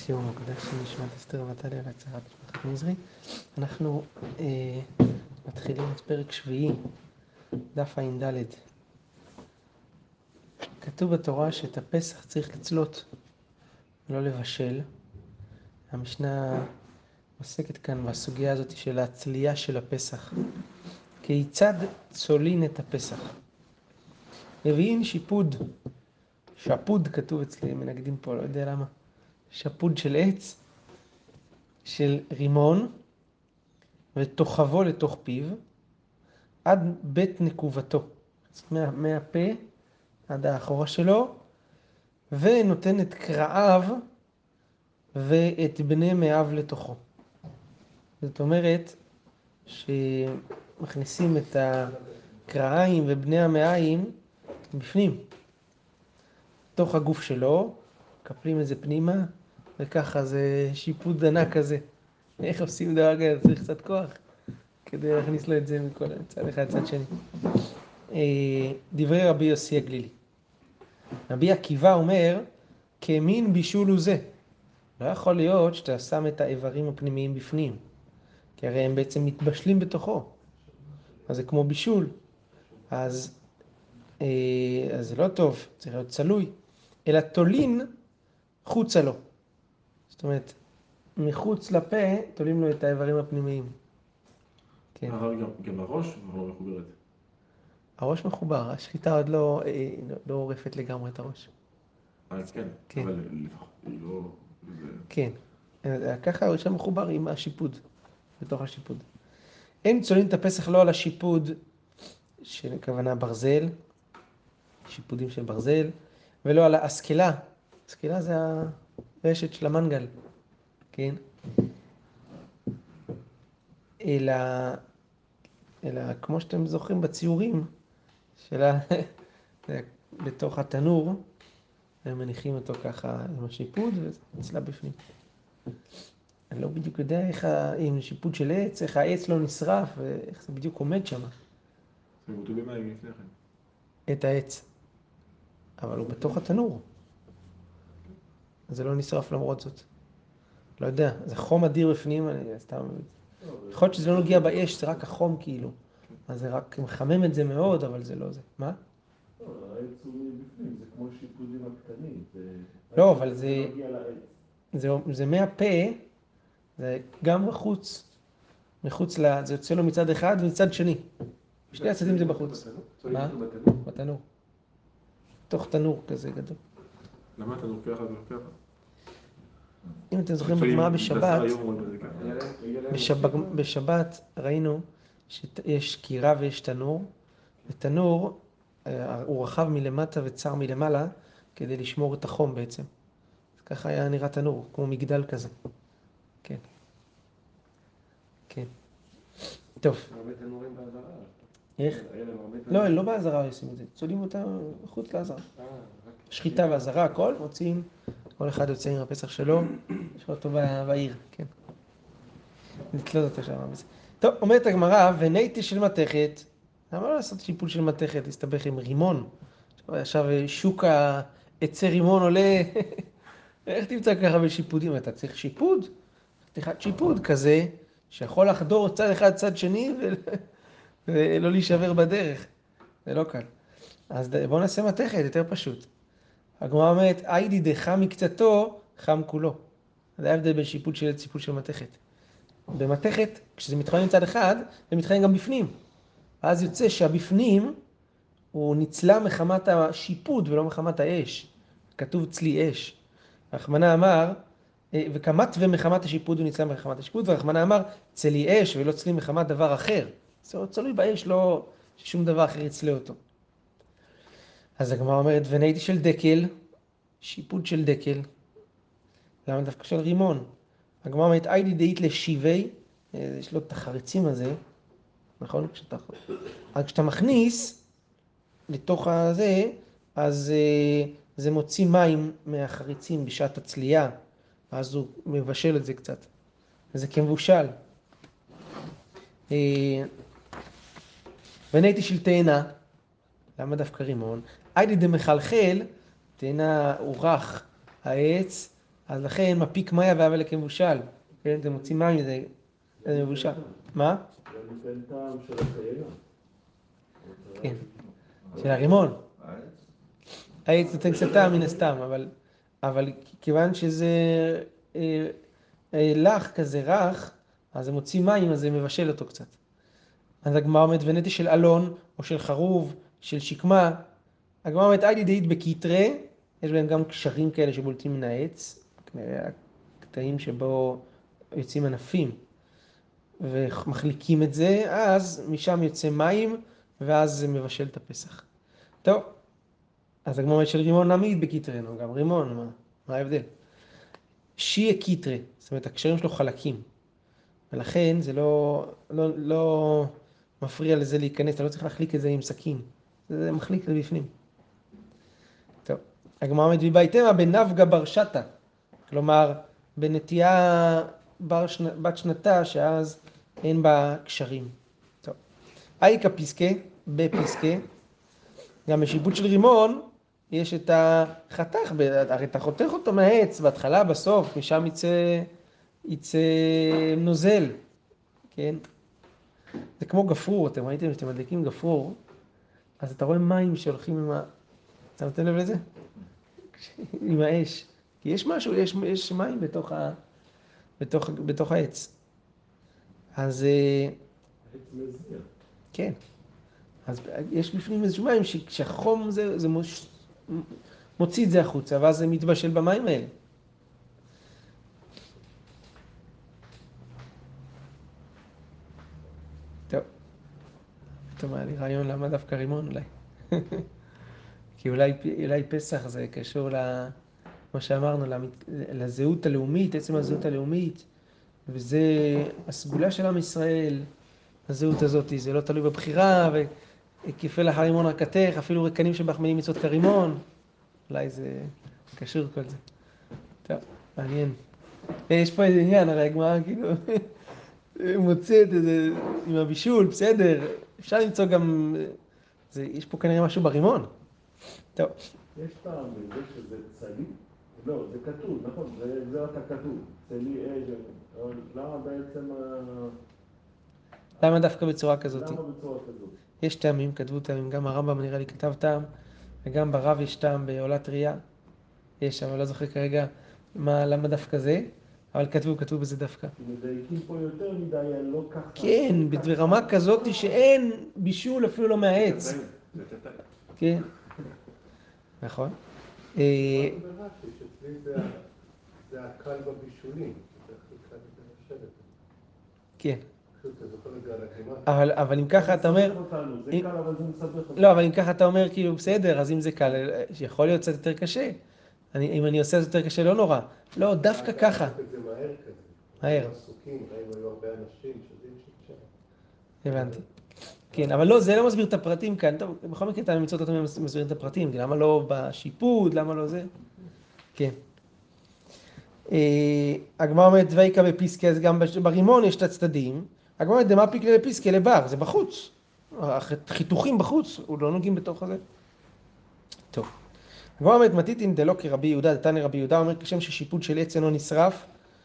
שיעור מוקדש שנשמת אסתר ועתליה להצהרת משפחת נזרי. אנחנו מתחילים את פרק שביעי, דף ע"ד. כתוב בתורה שאת הפסח צריך לצלות, לא לבשל. המשנה עוסקת כאן בסוגיה הזאת של הצלייה של הפסח. כיצד צולין את הפסח? מביאים שיפוד, שפוד כתוב אצלי, מנגדים פה, לא יודע למה. שפוד של עץ, של רימון, ותוכבו לתוך פיו, עד בית נקובתו. מהפה עד האחורה שלו, ונותן את קרעיו ואת בני מאב לתוכו. זאת אומרת שמכניסים את הקרעיים ובני המאיים בפנים, תוך הגוף שלו, קפלים את זה פנימה, וככה זה שיפוד ענק כזה. איך עושים דבר כזה? צריך קצת כוח כדי להכניס לו את זה מכל צד אחד צד שני. דברי רבי יוסי הגלילי. רבי עקיבא אומר, כמין בישול הוא זה. לא יכול להיות שאתה שם את האיברים הפנימיים בפנים, כי הרי הם בעצם מתבשלים בתוכו. אז זה כמו בישול. אז זה לא טוב, צריך להיות צלוי. אלא תולין חוצה לו. זאת אומרת, מחוץ לפה תולים לו את האיברים הפנימיים. כן. אבל גם הראש לא מחוברת. הראש מחובר, השחיטה עוד לא עורפת לגמרי את הראש. כן, כן. אבל לפחות היא לא... כן. ככה הראש מחובר עם השיפוד, בתוך השיפוד. אין צולין את הפסח לא על השיפוד, שכוונה ברזל, שיפודים של ברזל, ולא על האסקלה. אסקלה זה הרשת של המנגל, כן? אלא כמו שאתם זוכרים בציורים, בתוך התנור, הם מניחים אותו ככה עם השיפוד, וזה נצלה בפנים. אני לא בדיוק יודע עם שיפוד של עץ, איך העץ לא נשרף, ואיך זה בדיוק עומד שם. זה מוטו במים לפני כן. את העץ. אבל הוא בתוך התנור. זה לא נשרף למרות זאת. לא יודע, זה חום אדיר בפנים, אני סתם... יכול להיות שזה לא נוגע באש, זה רק החום כאילו. אז זה רק מחמם את זה מאוד, אבל זה לא זה. מה? העץ הוא בפנים, זה כמו שיפודים הקטנים. לא, אבל זה מהפה, זה גם מחוץ זה יוצא לו מצד אחד ומצד שני. בשני הצדים זה בחוץ. מה? בתנור. תוך תנור כזה גדול. למה אתה לוקח את זה? אם אתם זוכרים בגמרא בשבת ראינו שיש קירה ויש תנור. ותנור הוא רחב מלמטה וצר מלמעלה כדי לשמור את החום בעצם. ככה היה נראה תנור, כמו מגדל כזה. כן. כן. טוב. הרבה תנורים בעזרה. איך? לא בעזרה עושים את זה. צולים אותה חוץ לעזרה. שחיטה ועזרה, הכל מוצאים. כל אחד יוצא עם הפסח שלו. יש לו אותו בעיר, כן. נתלות אותו שם. טוב, אומרת הגמרא, וניתי של מתכת. למה לא לעשות שיפול של מתכת? להסתבך עם רימון. עכשיו שוק העצי רימון עולה. איך תמצא ככה בשיפודים? אתה צריך שיפוד? חתיכת שיפוד כזה, שיכול לחדור צד אחד צד שני ולא להישבר בדרך. זה לא קל. אז בואו נעשה מתכת, יותר פשוט. הגמרא אומרת, איידי דחם מקצתו, חם כולו. זה ההבדל בין שיפוד של עץ, שיפוד של מתכת. במתכת, כשזה מתחונן מצד אחד, זה מתחונן גם בפנים. ואז יוצא שהבפנים הוא נצלה מחמת השיפוד ולא מחמת האש. כתוב צלי אש. רחמנא אמר, וכמת ומחמת השיפוד הוא נצלה מחמת השיפוד, ורחמנא אמר, צלי אש ולא צלי מחמת דבר אחר. זה צלוי באש, לא ששום דבר אחר יצלה אותו. אז הגמרא אומרת, וניתי של דקל, שיפוד של דקל. למה דווקא של רימון? הגמרא אומרת, איידי דאית לשיבי, יש לו את החריצים הזה, נכון? כשאתה מכניס לתוך הזה, אז זה מוציא מים מהחריצים בשעת הצלייה, אז הוא מבשל את זה קצת. זה כמבושל. וניתי של תאנה, למה דווקא רימון? איידי דמחלחל, תאנה הוא רך העץ, אז לכן מפיק מיה והווה לכמבושל. כן, זה מוציא מים, זה מבושל. מה? זה נותן טעם של התאנה. כן, של הרימון. העץ נותן קצת טעם מן הסתם, אבל כיוון שזה לח כזה רך, אז זה מוציא מים, אז זה מבשל אותו קצת. אז הגמרא אומרת, ונטי של אלון, או של חרוב, של שקמה, הגמרא אומרת, איידי דאית בקיטרה, יש בהם גם קשרים כאלה שבולטים מן העץ, קטעים שבו יוצאים ענפים, ומחליקים את זה, אז משם יוצא מים, ואז זה מבשל את הפסח. טוב, אז הגמרא אומרת של רימון נמיד בקיטרנו, גם רימון, מה ההבדל? שיה קיטרה, זאת אומרת, הקשרים שלו חלקים, ולכן זה לא מפריע לזה להיכנס, אתה לא צריך להחליק את זה עם סכין, זה מחליק לבפנים. טוב, הגמרא אומרת ויבייתמה בנפגה ברשתה, כלומר בנטייה בת שנתה שאז אין בה קשרים. טוב, אייקה פיסקה, בפסקה, גם בשיפוט של רימון יש את החתך, הרי אתה חותך אותו מהעץ בהתחלה, בסוף, משם יצא נוזל, כן? זה כמו גפרור, אתם ראיתם שאתם מדליקים גפרור, אז אתה רואה מים שהולכים עם אתה נותן לב לזה? עם האש. כי יש משהו, יש מים בתוך העץ. אז עץ מזיע. כן. אז יש בפנים איזשהו מים שהחום זה מוציא את זה החוצה, ואז זה מתבשל במים האלה. טוב. פתאום היה לי רעיון למה דווקא רימון אולי. כי אולי פסח זה קשור מה שאמרנו, לזהות הלאומית, עצם הזהות הלאומית, וזה הסגולה של עם ישראל, הזהות הזאת, זה לא תלוי בבחירה, וכיפה לך רימון רקתך, אפילו רקנים שבחמנים מצוות כרימון, אולי זה קשור כל זה. טוב, מעניין. יש פה איזה עניין, הרי הגמרא כאילו מוצאת איזה עם הבישול, בסדר, אפשר למצוא גם, יש פה כנראה משהו ברימון. טוב. יש טעם בזה שזה צלי? לא, זה כתוב, נכון, זה אתה כתוב, צלי אש, אבל למה בעצם... למה דווקא בצורה כזאת? למה בצורה כזאת? יש טעמים, כתבו טעמים, גם הרמב"ם נראה לי כתב טעם, וגם ברב יש טעם בעולת ראייה. יש, אבל לא זוכר כרגע למה דווקא זה, אבל כתבו בזה דווקא. מדייקים פה יותר מדי, לא ככה. כן, ברמה כזאת שאין בישול אפילו לא מהעץ. כן, נכון. שצלי זה הקל בבישולים, שזה הכי קל לשבת. כן. פשוט אתה זוכר את זה על הגימה. אבל אם ככה אתה אומר... זה קל, אבל זה מסבך אותנו. לא, אבל אם ככה אתה אומר, כאילו, בסדר, אז אם זה קל, יכול להיות קצת יותר קשה. אם אני עושה את זה יותר קשה, לא נורא. לא, דווקא ככה. לעשות את זה מהר כזה. מהר. עסוקים, היו הרבה אנשים שזה שקשה. הבנתי. כן, אבל לא, זה לא מסביר את הפרטים כאן. טוב, בכל מקרה, אתה מצוות אותם מסבירים את הפרטים. למה לא בשיפוד, למה לא זה? כן. הגמרא אומרת, ויקה בפסקה, אז גם ברימון יש את הצדדים. הגמרא אומרת, דמה פיקלה לפסקה לבר, זה בחוץ. חיתוכים בחוץ, הוא לא נוגעים בתוך הזה. טוב. הגמרא אומרת, מתיתין דלא כרבי יהודה, דתניא רבי יהודה, אומר כשם ששיפוד של עץ אינו נשרף,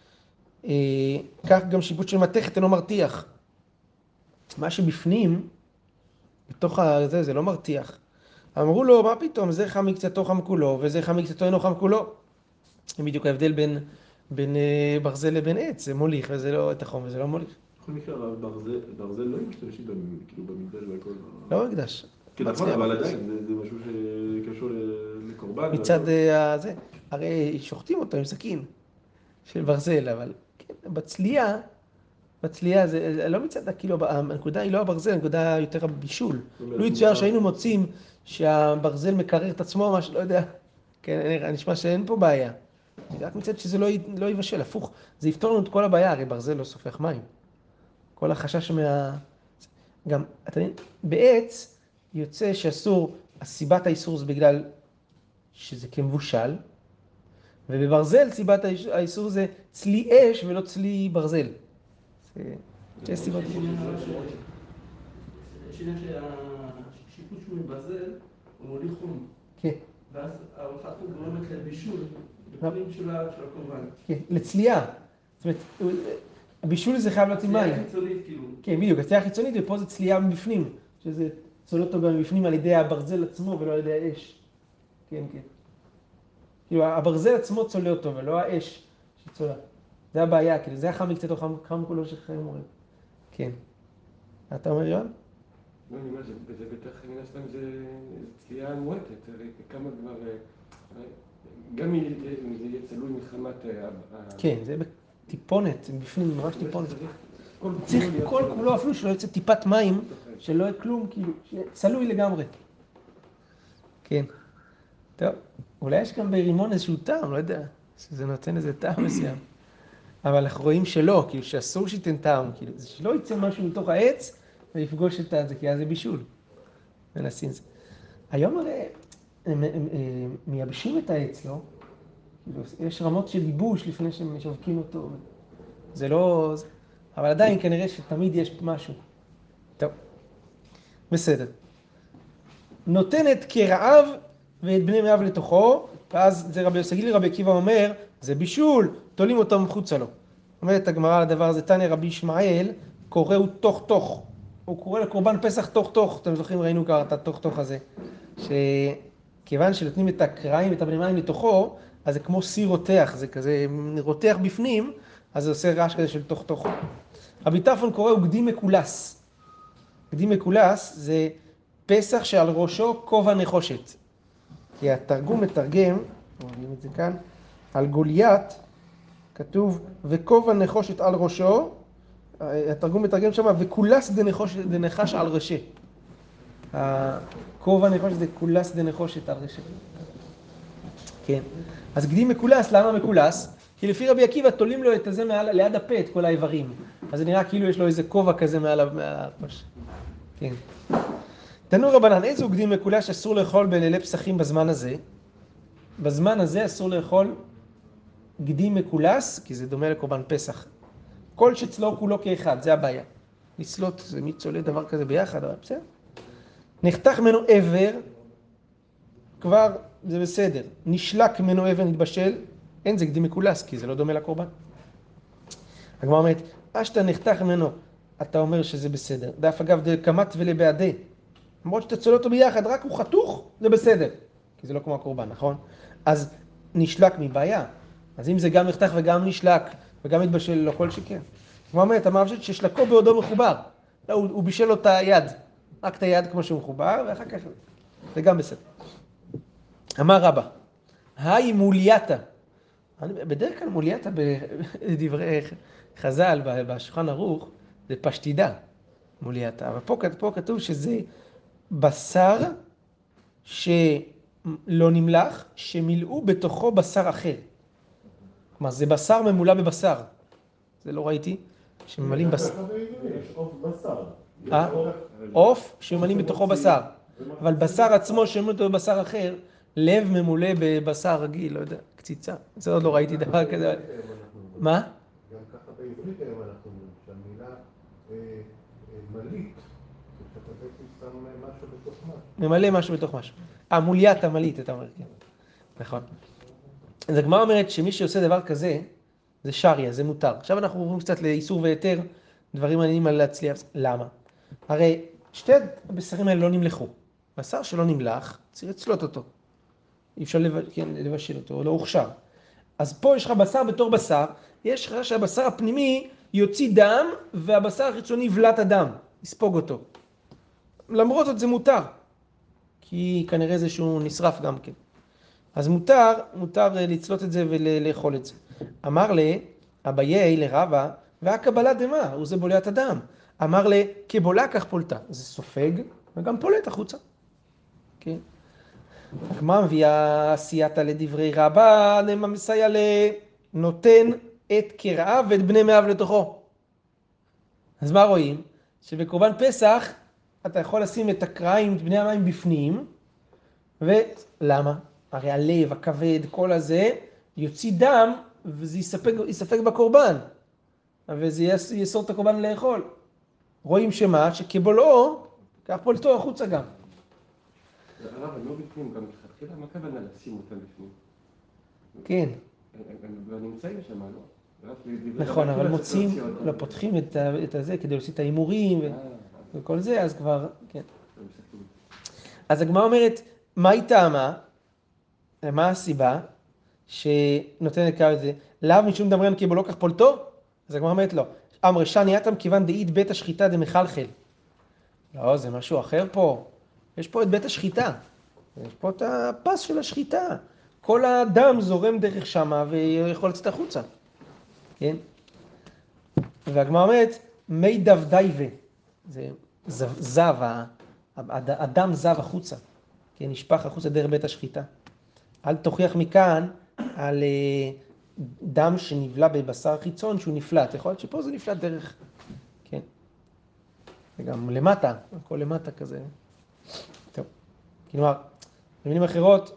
כך גם שיפוד של מתכת אינו מרתיח. מה שבפנים, בתוך הזה, זה לא מרתיח. אמרו לו, מה פתאום, זה חם מקצתו חם כולו, וזה חם מקצתו אינו חם כולו. זה בדיוק ההבדל בין ברזל לבין עץ, זה מוליך וזה לא את החום וזה לא מוליך. בכל מקרה, ברזל לא משתמשים כאילו במקדש והכל. לא מקדש. כן, נכון, אבל עדיין, זה משהו שקשור לקורבן. מצד הזה, הרי שוחטים אותו עם סכין של ברזל, אבל כן, בצלייה זה לא מצד, כאילו, הנקודה היא לא הברזל, הנקודה יותר הבישול. לא יצויר שהיינו מוצאים שהברזל מקרר את עצמו, מה שלא יודע, כן, נשמע שאין פה בעיה. רק מצד שזה לא יבשל, הפוך, זה יפתור לנו את כל הבעיה, הרי ברזל לא סופך מים. כל החשש גם, אתה יודע, בעץ יוצא שאסור, הסיבת האיסור זה בגלל שזה כמבושל, ובברזל סיבת האיסור זה צלי אש ולא צלי ברזל. זה סיבות. יש עניין שהשיפוט שהוא עם ברזל הוא מוליך חום. כן. ואז ההולכת חום גורמת לבישול בפנים של הקורבן. כן, לצלייה. זאת אומרת, הבישול זה חייב להיות עם מים. צלייה חיצונית כאילו. כן, בדיוק, הצלייה חיצונית, ופה זה צלייה מבפנים, שזה צולה אותו גם מבפנים על ידי הברזל עצמו ולא על ידי האש. כן, כן. כאילו, הברזל עצמו צולה אותו ולא האש שצולה. זה הבעיה, כאילו, זה החם מקצת או חם כולו של חיים אומרים. כן. אתה אומר, יואל? לא, אני אומר, זה בטח, מן הסתם זה צלייה מועטת, הרי כמה כבר, גם אם זה יהיה צלוי מחמת... כן, זה טיפונת, בפנים, ממש טיפונת. צריך צריך כל כולו אפילו שלא יוצא טיפת מים, שלא יהיה כלום, כאילו, שיהיה צלוי לגמרי. כן. טוב, אולי יש גם ברימון איזשהו טעם, לא יודע, שזה נותן איזה טעם מסוים. אבל אנחנו רואים שלא, כאילו שאסור שייתן טעם, כאילו, זה שלא יצא משהו מתוך העץ ויפגוש את זה, כי אז זה בישול. מנסים זה. היום הרי הם מייבשים את העץ, לא? כאילו, יש רמות של ייבוש לפני שהם משווקים אותו. זה לא... אבל עדיין כנראה שתמיד יש משהו. טוב, בסדר. נותנת כרעב ואת בני מאב לתוכו, ואז זה רבי יוסי גילי, רבי עקיבא אומר, זה בישול, תולים אותו מחוצה לו. אומרת הגמרא על הדבר הזה, תניא רבי ישמעאל, קוראו תוך תוך. הוא קורא לקורבן פסח תוך תוך, אתם זוכרים, ראינו כבר את התוך תוך הזה. שכיוון שנותנים את הקרעים ואת הבני מים לתוכו, אז זה כמו סיר רותח, זה כזה רותח בפנים, אז זה עושה רעש כזה של תוך תוך. רבי טרפון קוראו גדי מקולס. גדי מקולס זה פסח שעל ראשו כובע נחושת. כי התרגום מתרגם, רואים את זה כאן, על גוליית, כתוב, וכובע נחושת על ראשו, התרגום מתרגם שם, וכולס דנחש על ראשי. הכובע נחושת זה כולס דנחושת על ראשי. כן. אז גדי מקולס, למה מקולס? כי לפי רבי עקיבא תולים לו את זה ליד הפה, את כל האיברים. אז זה נראה כאילו יש לו איזה כובע כזה מעל הראש. כן. תנו רבנן, איזו גדי מקולס אסור לאכול בלילי פסחים בזמן הזה? בזמן הזה אסור לאכול גדי מקולס, כי זה דומה לקורבן פסח. כל שצלו כולו כאחד, זה הבעיה. לצלות, זה מי צולה דבר כזה ביחד, אבל בסדר. נחתך ממנו עבר, כבר זה בסדר. נשלק ממנו עבר, נתבשל, אין זה גדי מקולס, כי זה לא דומה לקורבן. הגמרא אומרת, אשתא נחתך ממנו, אתה אומר שזה בסדר. דף אגב דקמת ולבעדי. למרות שאתה צולה אותו ביחד, רק הוא חתוך, זה בסדר. כי זה לא כמו הקורבן, נכון? אז נשלק מבעיה. אז אם זה גם נחתך וגם נשלק, וגם מתבשל לא כל שכן. כמו אומרת, המעבשת ששלקו בעודו מחובר. לא, הוא בישל לו את היד. רק את היד כמו שהוא מחובר, ואחר כך זה גם בסדר. אמר רבא, היי מולייתא. בדרך כלל מולייתא בדברי חז"ל, בשולחן ערוך, זה פשטידה, מולייתא. אבל פה כתוב שזה בשר שלא נמלח, שמילאו בתוכו בשר אחר. כלומר, זה בשר ממולא בבשר. זה לא ראיתי, שממלאים בשר. יש עוף בשר. עוף שממלאים בתוכו בשר. אבל בשר עצמו שממלאים אותו בבשר אחר, לב ממולא בבשר רגיל, לא יודע, קציצה. זה עוד לא ראיתי דבר כזה. מה? גם ככה בעברית היום אנחנו אומרים, שהמילה מליט, שאתה בעצם שם משהו בתוך משהו. ממלא משהו בתוך משהו. מולייתא מליט, אתה אומר, כן. נכון. אז הגמרא אומרת שמי שעושה דבר כזה, זה שריה, זה מותר. עכשיו אנחנו עוברים קצת לאיסור ויתר, דברים מעניינים על להצליח. למה? הרי שתי הבשרים האלה לא נמלחו. בשר שלא נמלח, צריך לצלות אותו. אי אפשר לבשל אותו, לא הוכשר. אז פה יש לך בשר בתור בשר, יש לך שהבשר הפנימי יוציא דם, והבשר החיצוני יבלע את הדם, יספוג אותו. למרות זאת זה מותר, כי כנראה זה שהוא נשרף גם כן. אז מותר לצלות את זה ולאכול את זה. אמר אביי לרבא, והקבלה דמה, הוא זה בולע את הדם. אמר כבולע כך פולטה, זה סופג וגם פולט החוצה. כן. הגמרא מביאה סייעתא לדברי רבא, נמה מסייע נותן את כרעיו ואת בני מאב לתוכו. אז מה רואים? שבקורבן פסח אתה יכול לשים את הקרעים, את בני המים בפנים, ולמה? הרי הלב, הכבד, כל הזה, יוציא דם, וזה יספק בקורבן. וזה יסור את הקורבן לאכול. רואים שמה? שכבולעו, כך פולטו החוצה גם. הרב, הם לא בפנים, גם תחילה, מה הכוונה לשים אותם בפנים? כן. הם נמצאים שם, לא? נכון, אבל מוצאים, לא פותחים את הזה כדי להוציא את האימורים וכל זה, אז כבר, כן. אז הגמרא אומרת, מה היא טעמה? מה הסיבה שנותן לקרוא את זה? לאו משום דמרן כי בו לא כך פולטו? אז הגמרא אומרת לא. אמר שני אתם כיוון דאית בית השחיטה דמחלחל. לא, זה משהו אחר פה. יש פה את בית השחיטה. יש פה את הפס של השחיטה. כל הדם זורם דרך שמה ויכול לצאת החוצה. כן? והגמרא אומרת, מי דבדייבה. זה זב, הדם זב החוצה. כן, נשפך החוצה דרך בית השחיטה. אל תוכיח מכאן על דם שנבלע בבשר חיצון שהוא נפלט. יכול להיות שפה זה נפלט דרך, כן. וגם למטה, הכל למטה כזה. טוב. כלומר, במילים אחרות,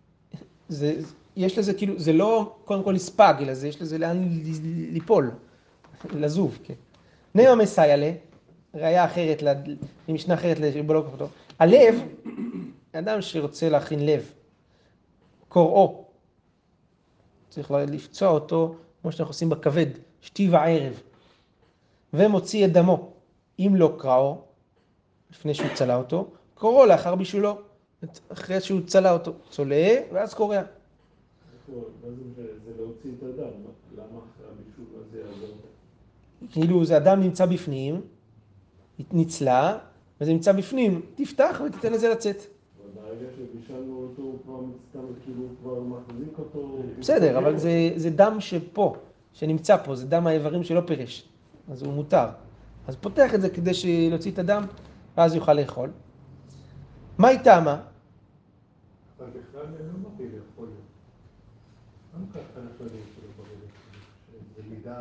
יש לזה כאילו, זה לא קודם כל לספג, אלא יש לזה לאן ליפול, לזוב, כן. נאמר מסיילה, ראיה אחרת, משנה אחרת לבלוק אותו. הלב, אדם שרוצה להכין לב, קוראו, צריך לפצוע אותו, כמו שאנחנו עושים בכבד, שתי וערב, ומוציא את דמו. אם לא קראו, לפני שהוא צלה אותו, קוראו לאחר בישולו, אחרי שהוא צלה אותו, צולה, ואז קורא. מה זה להוציא את הדם? למה אחרי הבישול הזה יעזור? כאילו זה אדם נמצא בפנים, נצלה, וזה נמצא בפנים, תפתח ותתן לזה לצאת. ברגע שבישלנו אותו, הוא כבר מצטער, כאילו הוא כבר מחזיק אותו. בסדר, אבל זה דם שפה, שנמצא פה, זה דם האיברים שלא פירש, אז הוא מותר. אז פותח את זה כדי להוציא את הדם, ואז יוכל לאכול. מה היא טעמה? אבל בכלל אני לא מבין לאכול. למה ככה אנחנו יודעים שלא ברגע? זה מידה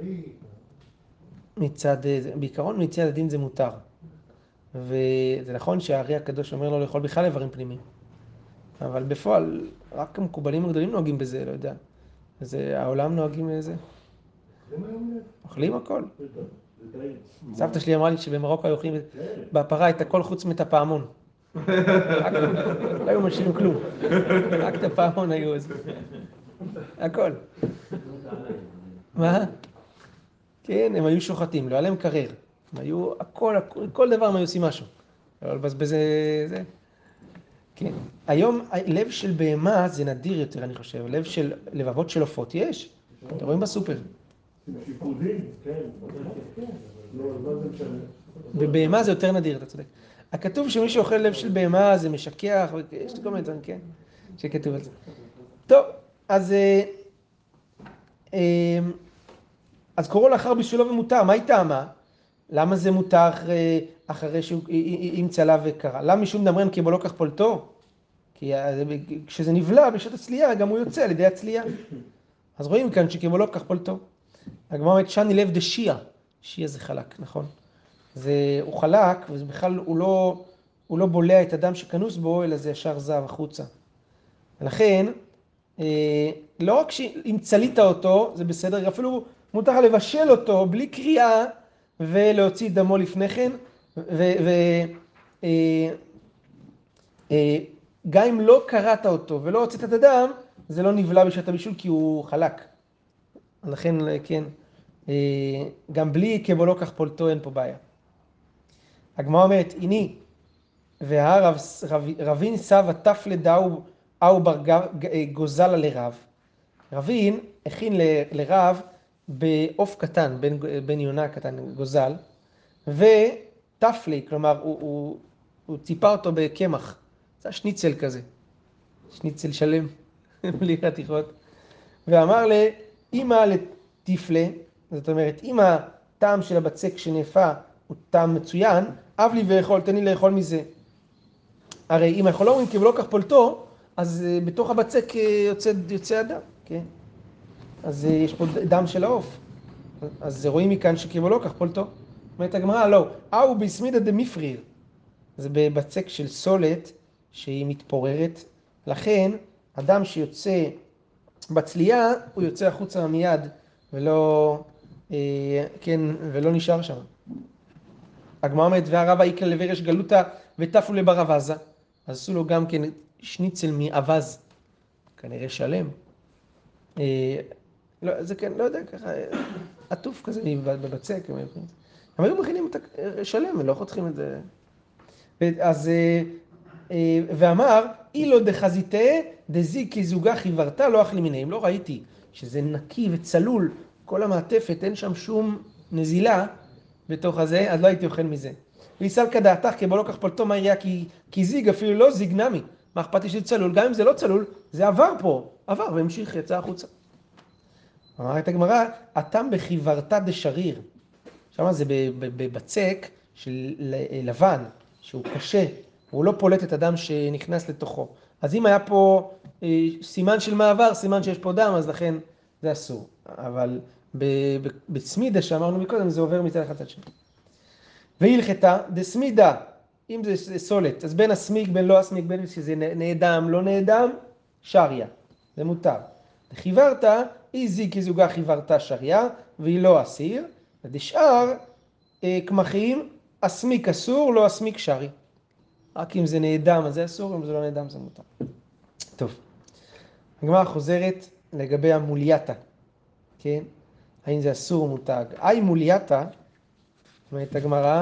אכזרית? בעיקרון מצד הדין זה מותר. וזה נכון שהארי הקדוש אומר לו לאכול בכלל איברים פנימיים. אבל בפועל, רק המקובלים הגדולים נוהגים בזה, לא יודע. אז העולם נוהגים בזה. אוכלים הכל. סבתא שלי אמרה לי שבמרוקו היו אוכלים בפרה את הכל חוץ מאת הפעמון. לא היו משאירים כלום. רק את הפעמון היו איזה. הכל. מה? כן, הם היו שוחטים, לא היה להם קרר. הם היו, כל דבר הם היו עושים משהו. לא לבזבז זה. כן. היום, לב של בהמה זה נדיר יותר, אני חושב. לב של לבבות של עופות יש. אתם רואים בסופר. שיפודים, כן. לא, מה זה משנה? בבהמה זה יותר נדיר, אתה צודק. הכתוב שמי שאוכל לב של בהמה זה משכח, יש לי כל מיני דברים, כן? שכתוב על זה. טוב, אז קוראו לאחר בישולו ומותר, מה היא טעמה? למה זה מותר אחרי אם צלה וקרה? למה משום דמרן כי בו לא כך פולטו? כי כשזה נבלע בשעת הצלייה, גם הוא יוצא על ידי הצלייה. אז רואים כאן שכי בו לא כך פולטו. הגמרא אומרת שני לב דשיה, שיה זה חלק, נכון? הוא חלק, ובכלל הוא לא בולע את הדם שכנוס בו, אלא זה ישר זב החוצה. ולכן, לא רק שאם צלית אותו, זה בסדר, אפילו מותר לבשל אותו בלי קריאה, ולהוציא דמו לפני כן, גם אם לא קראת אותו ולא הוצאת את הדם, זה לא נבלע בשעת הבישול כי הוא חלק. לכן, כן, גם בלי כבו לא כך פולטו אין פה בעיה. הגמרא אומרת, הנה, והרבין סבא תפלה דאו אהו בר גוזלה לרב. רבין הכין לרב בעוף קטן, בן יונה קטן, גוזל, ותפלי, כלומר, הוא ציפה אותו בקמח. זה שניצל כזה, שניצל שלם, בלי חתיכות. ואמר לה, אמא לתפלה, זאת אומרת, אם הטעם של הבצק שנאפה הוא טעם מצוין, אב לי ואכול, תן לי לאכול מזה. הרי אם אנחנו לא אומרים כי הוא לא כך פולטו, אז בתוך הבצק יוצא הדם, כן? אז יש פה דם של העוף. אז רואים מכאן שכיבו לא כך פולטו. אומרת הגמרא, לא, אהו בסמידא דמיפריר. זה בבצק של סולת שהיא מתפוררת. לכן, הדם שיוצא בצלייה, הוא יוצא החוצה מיד, ולא נשאר שם. הגמרא אומרת, והרבה איקלה לברש גלותה וטפו לבר אבזה. אז עשו לו גם כן שניצל מאבז, כנראה שלם. לא, זה כן, לא יודע, ככה, עטוף כזה בבצק, הם היו מכינים את שלם, ולא חותכים את זה. אז, ואמר, אילו דחזיתה דזיק כזוגה חיוורתה לא אכלי מיניהם. לא ראיתי שזה נקי וצלול, כל המעטפת, אין שם שום נזילה בתוך הזה, אז לא הייתי אוכל מזה. ויסלקא דעתך כי בו לא כך פלטו מה יראה כי זיג אפילו לא זיג נמי. מה אכפת לי שזה צלול? גם אם זה לא צלול, זה עבר פה, עבר והמשיך, יצא החוצה. אמרת הגמרא, הטעם בחיוורתה דשריר. שם זה בבצק של לבן, שהוא קשה, הוא לא פולט את הדם שנכנס לתוכו. אז אם היה פה סימן של מעבר, סימן שיש פה דם, אז לכן זה אסור. אבל בצמידה שאמרנו מקודם, זה עובר מצד אחד צד שני. והלכתה דסמידה, אם זה סולת, אז בין הסמיג, בין לא הסמיג, בין שזה נאדם, לא נאדם, שריה, זה מותר. חיוורתה, איזי כזוגה חיוורתה שריה, והיא לא אסיר. ודשאר, קמחים, הסמיק אסור, לא הסמיק שרי. רק אם זה נאדם, אז זה אסור, אם זה לא נאדם, זה מותר. טוב. הגמרא חוזרת לגבי המולייתה. כן? האם זה אסור או מותג? אי מולייתה, אומרת הגמרא,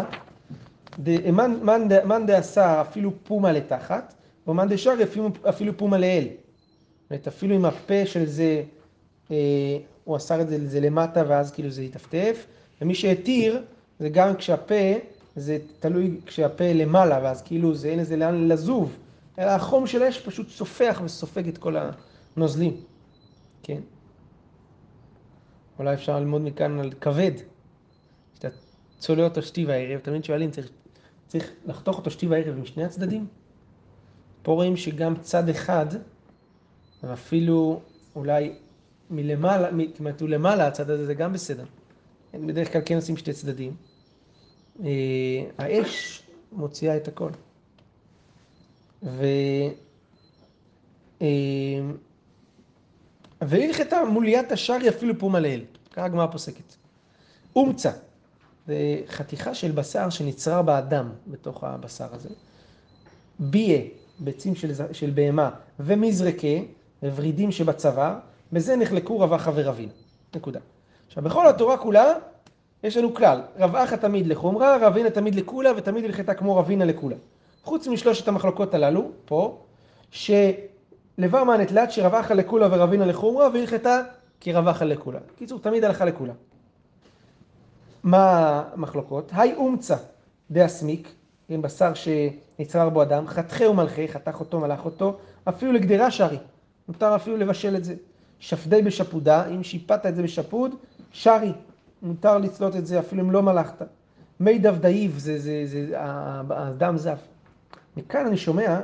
מן דאסר אפילו פומה לתחת, ומן דשאר אפילו פומה לאל. זאת אומרת, אפילו עם הפה של זה, הוא אסר את זה למטה ואז כאילו זה יטפטף, ומי שהתיר, זה גם כשהפה, זה תלוי כשהפה למעלה, ואז כאילו זה אין איזה לאן לזוב, אלא החום של האש פשוט סופח וסופג את כל הנוזלים. כן? אולי אפשר ללמוד מכאן על כבד. שאתה צולע אותו שתי הערב, תמיד שואלים, צריך לחתוך אותו שתי הערב עם שני הצדדים? פה רואים שגם צד אחד, ואפילו אולי מלמעלה, כמעט הוא למעלה, הצד הזה זה גם בסדר. בדרך כלל כן עושים שתי צדדים. האש מוציאה את הכל. והלכתה מוליית השרי אפילו פומה לאל. ככה הגמרא פוסקת. אומצה. זה חתיכה של בשר שנצרר באדם בתוך הבשר הזה. ביה, ביצים של בהמה, ומזרקה, ורידים שבצוואר, בזה נחלקו רב אחא ורבינה. נקודה. עכשיו, בכל התורה כולה, יש לנו כלל. רב אחא תמיד לחומרה, רבינה תמיד לכולה, ותמיד הלכתה כמו רבינה לכולה. חוץ משלושת המחלוקות הללו, פה, שלבר מענתלת שרב אחא לכולה ורבינה לחומרה, והלכתה כרב אחא לכולה. קיצור, תמיד הלכה לכולה. מה המחלוקות? היי אומצה דאסמיק, עם בשר שנצרר בו אדם, חתכה ומלכה, חתך אותו, מלך אותו, אפילו לגדרה שרי. מותר אפילו לבשל את זה. שפדי בשפודה, אם שיפת את זה בשפוד, שרי. מותר לצלות את זה אפילו אם לא מלכת. מי דבדאיב, זה הדם זף. מכאן אני שומע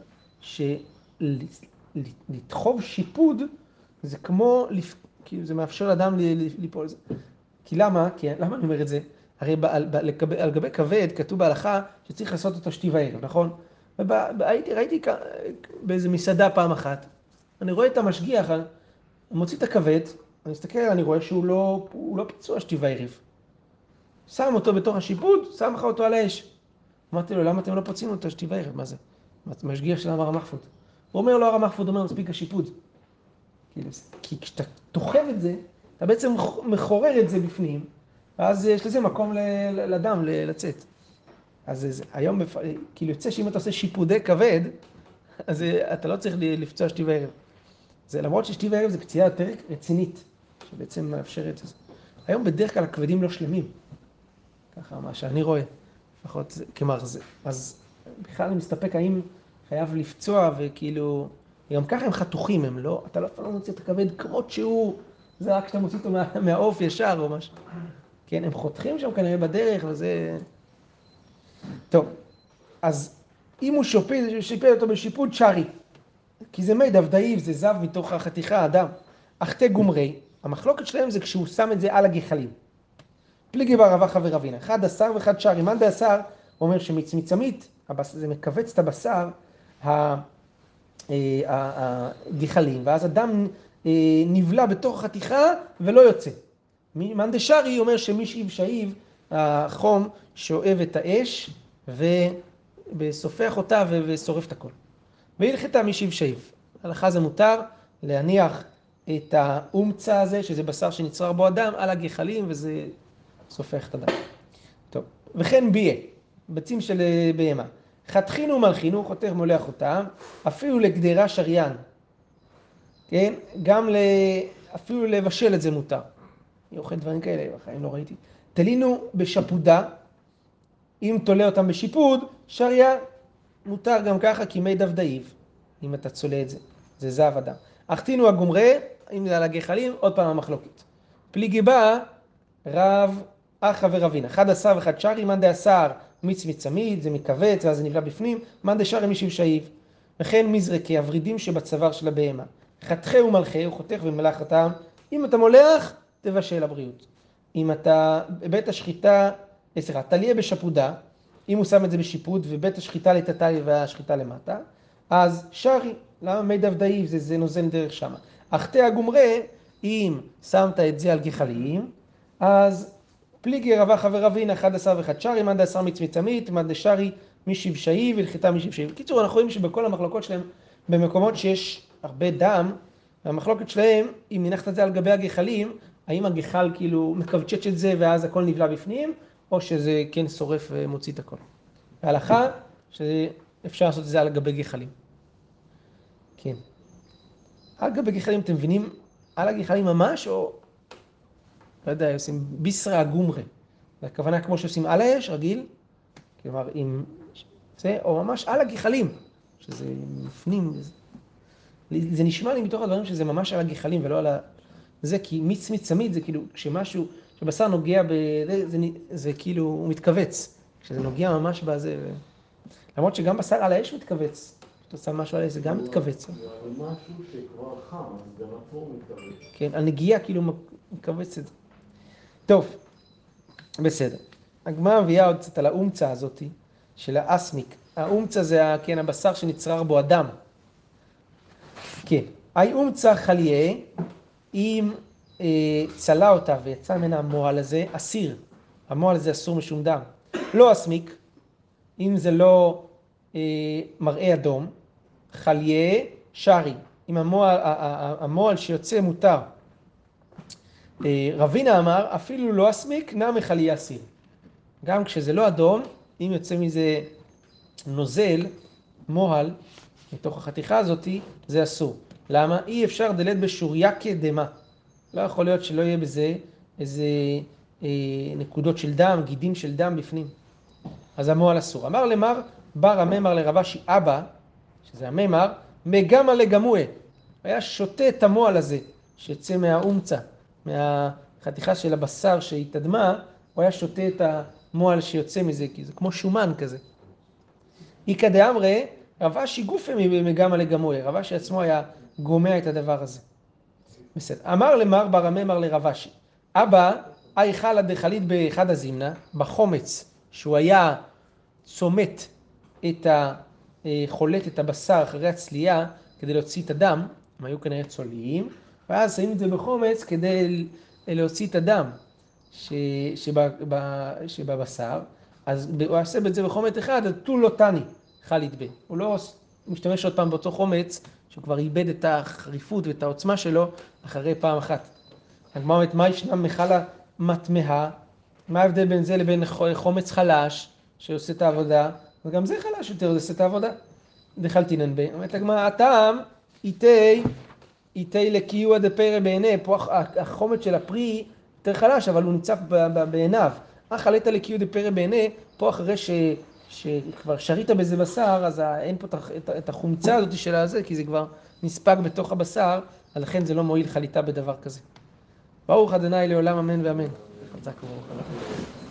שלתחוב שיפוד, זה כמו, כאילו זה מאפשר לאדם ליפול לזה. כי למה? למה אני אומר את זה? הרי על גבי כבד כתוב בהלכה שצריך לעשות אותו שתי וערב, נכון? ראיתי באיזה מסעדה פעם אחת, אני רואה את המשגיח, אני מוציא את הכבד, אני מסתכל, אני רואה שהוא לא פצוע שתי וערב. שם אותו בתוך השיפוד, שם לך אותו על האש. אמרתי לו, למה אתם לא פוצעים אותו שתי וערב? מה זה? משגיח של הרב מחפוד. הוא אומר לו, הרב מחפוד אומר, מספיק השיפוד. כי כשאתה תוחב את זה, אתה בעצם מחורר את זה בפנים, ואז יש לזה מקום לדם לצאת. אז היום כאילו יוצא שאם אתה עושה שיפודי כבד, אז אתה לא צריך לפצוע שתי וערב. זה למרות ששתי וערב זה פציעה יותר רצינית, שבעצם מאפשרת את זה. היום בדרך כלל הכבדים לא שלמים, ככה מה שאני רואה, לפחות כלומר זה. אז בכלל אני מסתפק האם חייב לפצוע וכאילו, גם ככה הם חתוכים, הם לא, אתה לא מוציא את הכבד כמות שהוא, זה רק כשאתה מוציא אותו מהעוף ישר או משהו. כן, הם חותכים שם כנראה בדרך וזה... טוב, אז אם הוא שיפד אותו בשיפוד שרי, כי זה מי דבדאיב, זה זב מתוך החתיכה, האדם. אחתי גומרי, המחלוקת שלהם זה כשהוא שם את זה על הגחלים. פליגי בר רב אחא ורבינה, אחד אסר ואחד שרי. מאן דאסר אומר שמצמיצמית, זה מכווץ את הבשר, הגחלים, ואז הדם נבלע בתוך החתיכה ולא יוצא. מאן דשרי אומר שמי שאיב שאיב, החום שואב את האש וסופח אותה ושורף את הכל. והלכתה מי שאיב שאיב. הלכה זה מותר להניח את האומצה הזה, שזה בשר שנצרר בו הדם, על הגחלים, וזה סופך את הדם. טוב, וכן ביה, ביצים של בהמה. חתכינו ומלכינו, חותך מולח אותם, אפילו לגדרה שריין. כן? גם אפילו לבשל את זה מותר. אני אוכל דברים כאלה, בחיים לא ראיתי. תלינו בשפודה, אם תולה אותם בשיפוד, שריין. מותר גם ככה, כי מי דבדאיב, אם אתה צולה את זה. זה זב אדם. אחתינו הגומרה, אם זה על הגחלים, עוד פעם המחלוקת. פליגי בא, רב אחא ורבינה. 11 ואחד שרי, מאן דעשר מיץ מצמיד, זה מכווץ, ואז זה נבלע בפנים, מאן דשרי משיב שאיב. וכן מזרקי, הורידים שבצוואר של הבהמה. חתכי ומלכי, הוא חותך ומלח אותם. אם אתה מולח, תבשל הבריאות. אם אתה, בית השחיטה, תליה בשפודה, אם הוא שם את זה בשיפוד, ובית השחיטה לטטאי והשחיטה למטה, אז שרי, למה מי דבדאיב, זה נוזל דרך שמה. אחתי הגומרה, אם שמת את זה על גחלים, אז פליגי רב אחא ורבינה 11 ואחד שרי, מאן דעשר מיץ מצמיד, מאן דשרי משיב שאיב, והלכתה משיב שאיב. בקיצור, אנחנו רואים שבכל המחלוקות שלהם, במקומות שיש הרבה דם, והמחלוקת שלהם, אם ננחת את זה על גבי הגחלים, האם הגחל כאילו מקבצ'ץ' את זה ואז הכל נבלע בפנים, או שזה כן שורף ומוציא את הכל. ההלכה, שאפשר לעשות את זה על גבי גחלים. כן. על גבי גחלים, אתם מבינים? על הגחלים ממש, או לא יודע, עושים ביסרא הגומרה. הכוונה כמו שעושים על האש, רגיל, כלומר, עם זה, או ממש על הגחלים, שזה מפנים. זה נשמע לי מתוך הדברים שזה ממש על הגחלים ולא על זה, כי מיץ מצמיד זה כאילו, כשמשהו, כשבשר נוגע זה כאילו, הוא מתכווץ. כשזה נוגע ממש בזה, למרות שגם בשר על האש מתכווץ. כשאתה שם משהו על האש, זה גם מתכווץ. זה משהו שכבר חם, אז גם עצמו מתכווץ. כן, הנגיעה כאילו מתכווץ את זה. טוב, בסדר. הגמרא מביאה עוד קצת על האומצה הזאת, של האסמיק. האומצה זה, כן, הבשר שנצרר בו הדם. כן. האומצה חליה, אם צלה אותה ויצא ממנה המועל הזה, אסיר. המועל הזה אסור משום דם. לא אסמיק, אם זה לא מראה אדום, חליה שרי. אם המועל שיוצא מותר. רבינה אמר, אפילו לא אסמיק, נמי חליה אסיר. גם כשזה לא אדום, אם יוצא מזה נוזל, מועל, מתוך החתיכה הזאת, זה אסור. למה? אי אפשר דלת בשוריה כדמה. לא יכול להיות שלא יהיה בזה איזה נקודות של דם, גידים של דם בפנים. אז המועל אסור. אמר למר, בר הממר לרבשי אבא, שזה הממר, מגמה לגמוה. היה שותה את המועל הזה, שיצא מהאומצה, מהחתיכה של הבשר שהתאדמה, הוא היה שותה את המועל שיוצא מזה, כי זה כמו שומן כזה. איקא דאמרי, רבשי גופי מגמה לגמוה. רבשי עצמו היה גומע את הדבר הזה. בסדר. אמר למר בר הממר לרבשי, אבא, חלה דחלית באחד הזימנה, בחומץ, שהוא היה צומת את חולט את הבשר אחרי הצלייה, כדי להוציא את הדם, הם היו כנראה צוליים, ואז שמים את זה בחומץ כדי להוציא את הדם שבבשר, אז הוא עושה את זה בחומץ אחד, אז תו לא תני, חלית בה. הוא לא משתמש עוד פעם באותו חומץ, שהוא כבר איבד את החריפות ואת העוצמה שלו אחרי פעם אחת. הגמרא אומרת, מה ישנם מחלה מטמאה? מה ההבדל בין זה לבין חומץ חלש שעושה את העבודה? וגם זה חלש יותר, זה עושה את העבודה. דחלתינן בה. אומרת הגמרא, הטעם איתי לקיוע דפרא בעיני, פה החומץ של הפרי יותר חלש, אבל הוא ניצף בעיניו. חלית לקיוע דפרא בעיני, פה אחרי שכבר שרית בזה בשר, אז אין פה את החומצה הזאת של הזה, כי זה כבר נספג בתוך הבשר, אז לכן זה לא מועיל חליטה בדבר כזה. ברוך ה' לעולם אמן ואמן. חזק וברוך.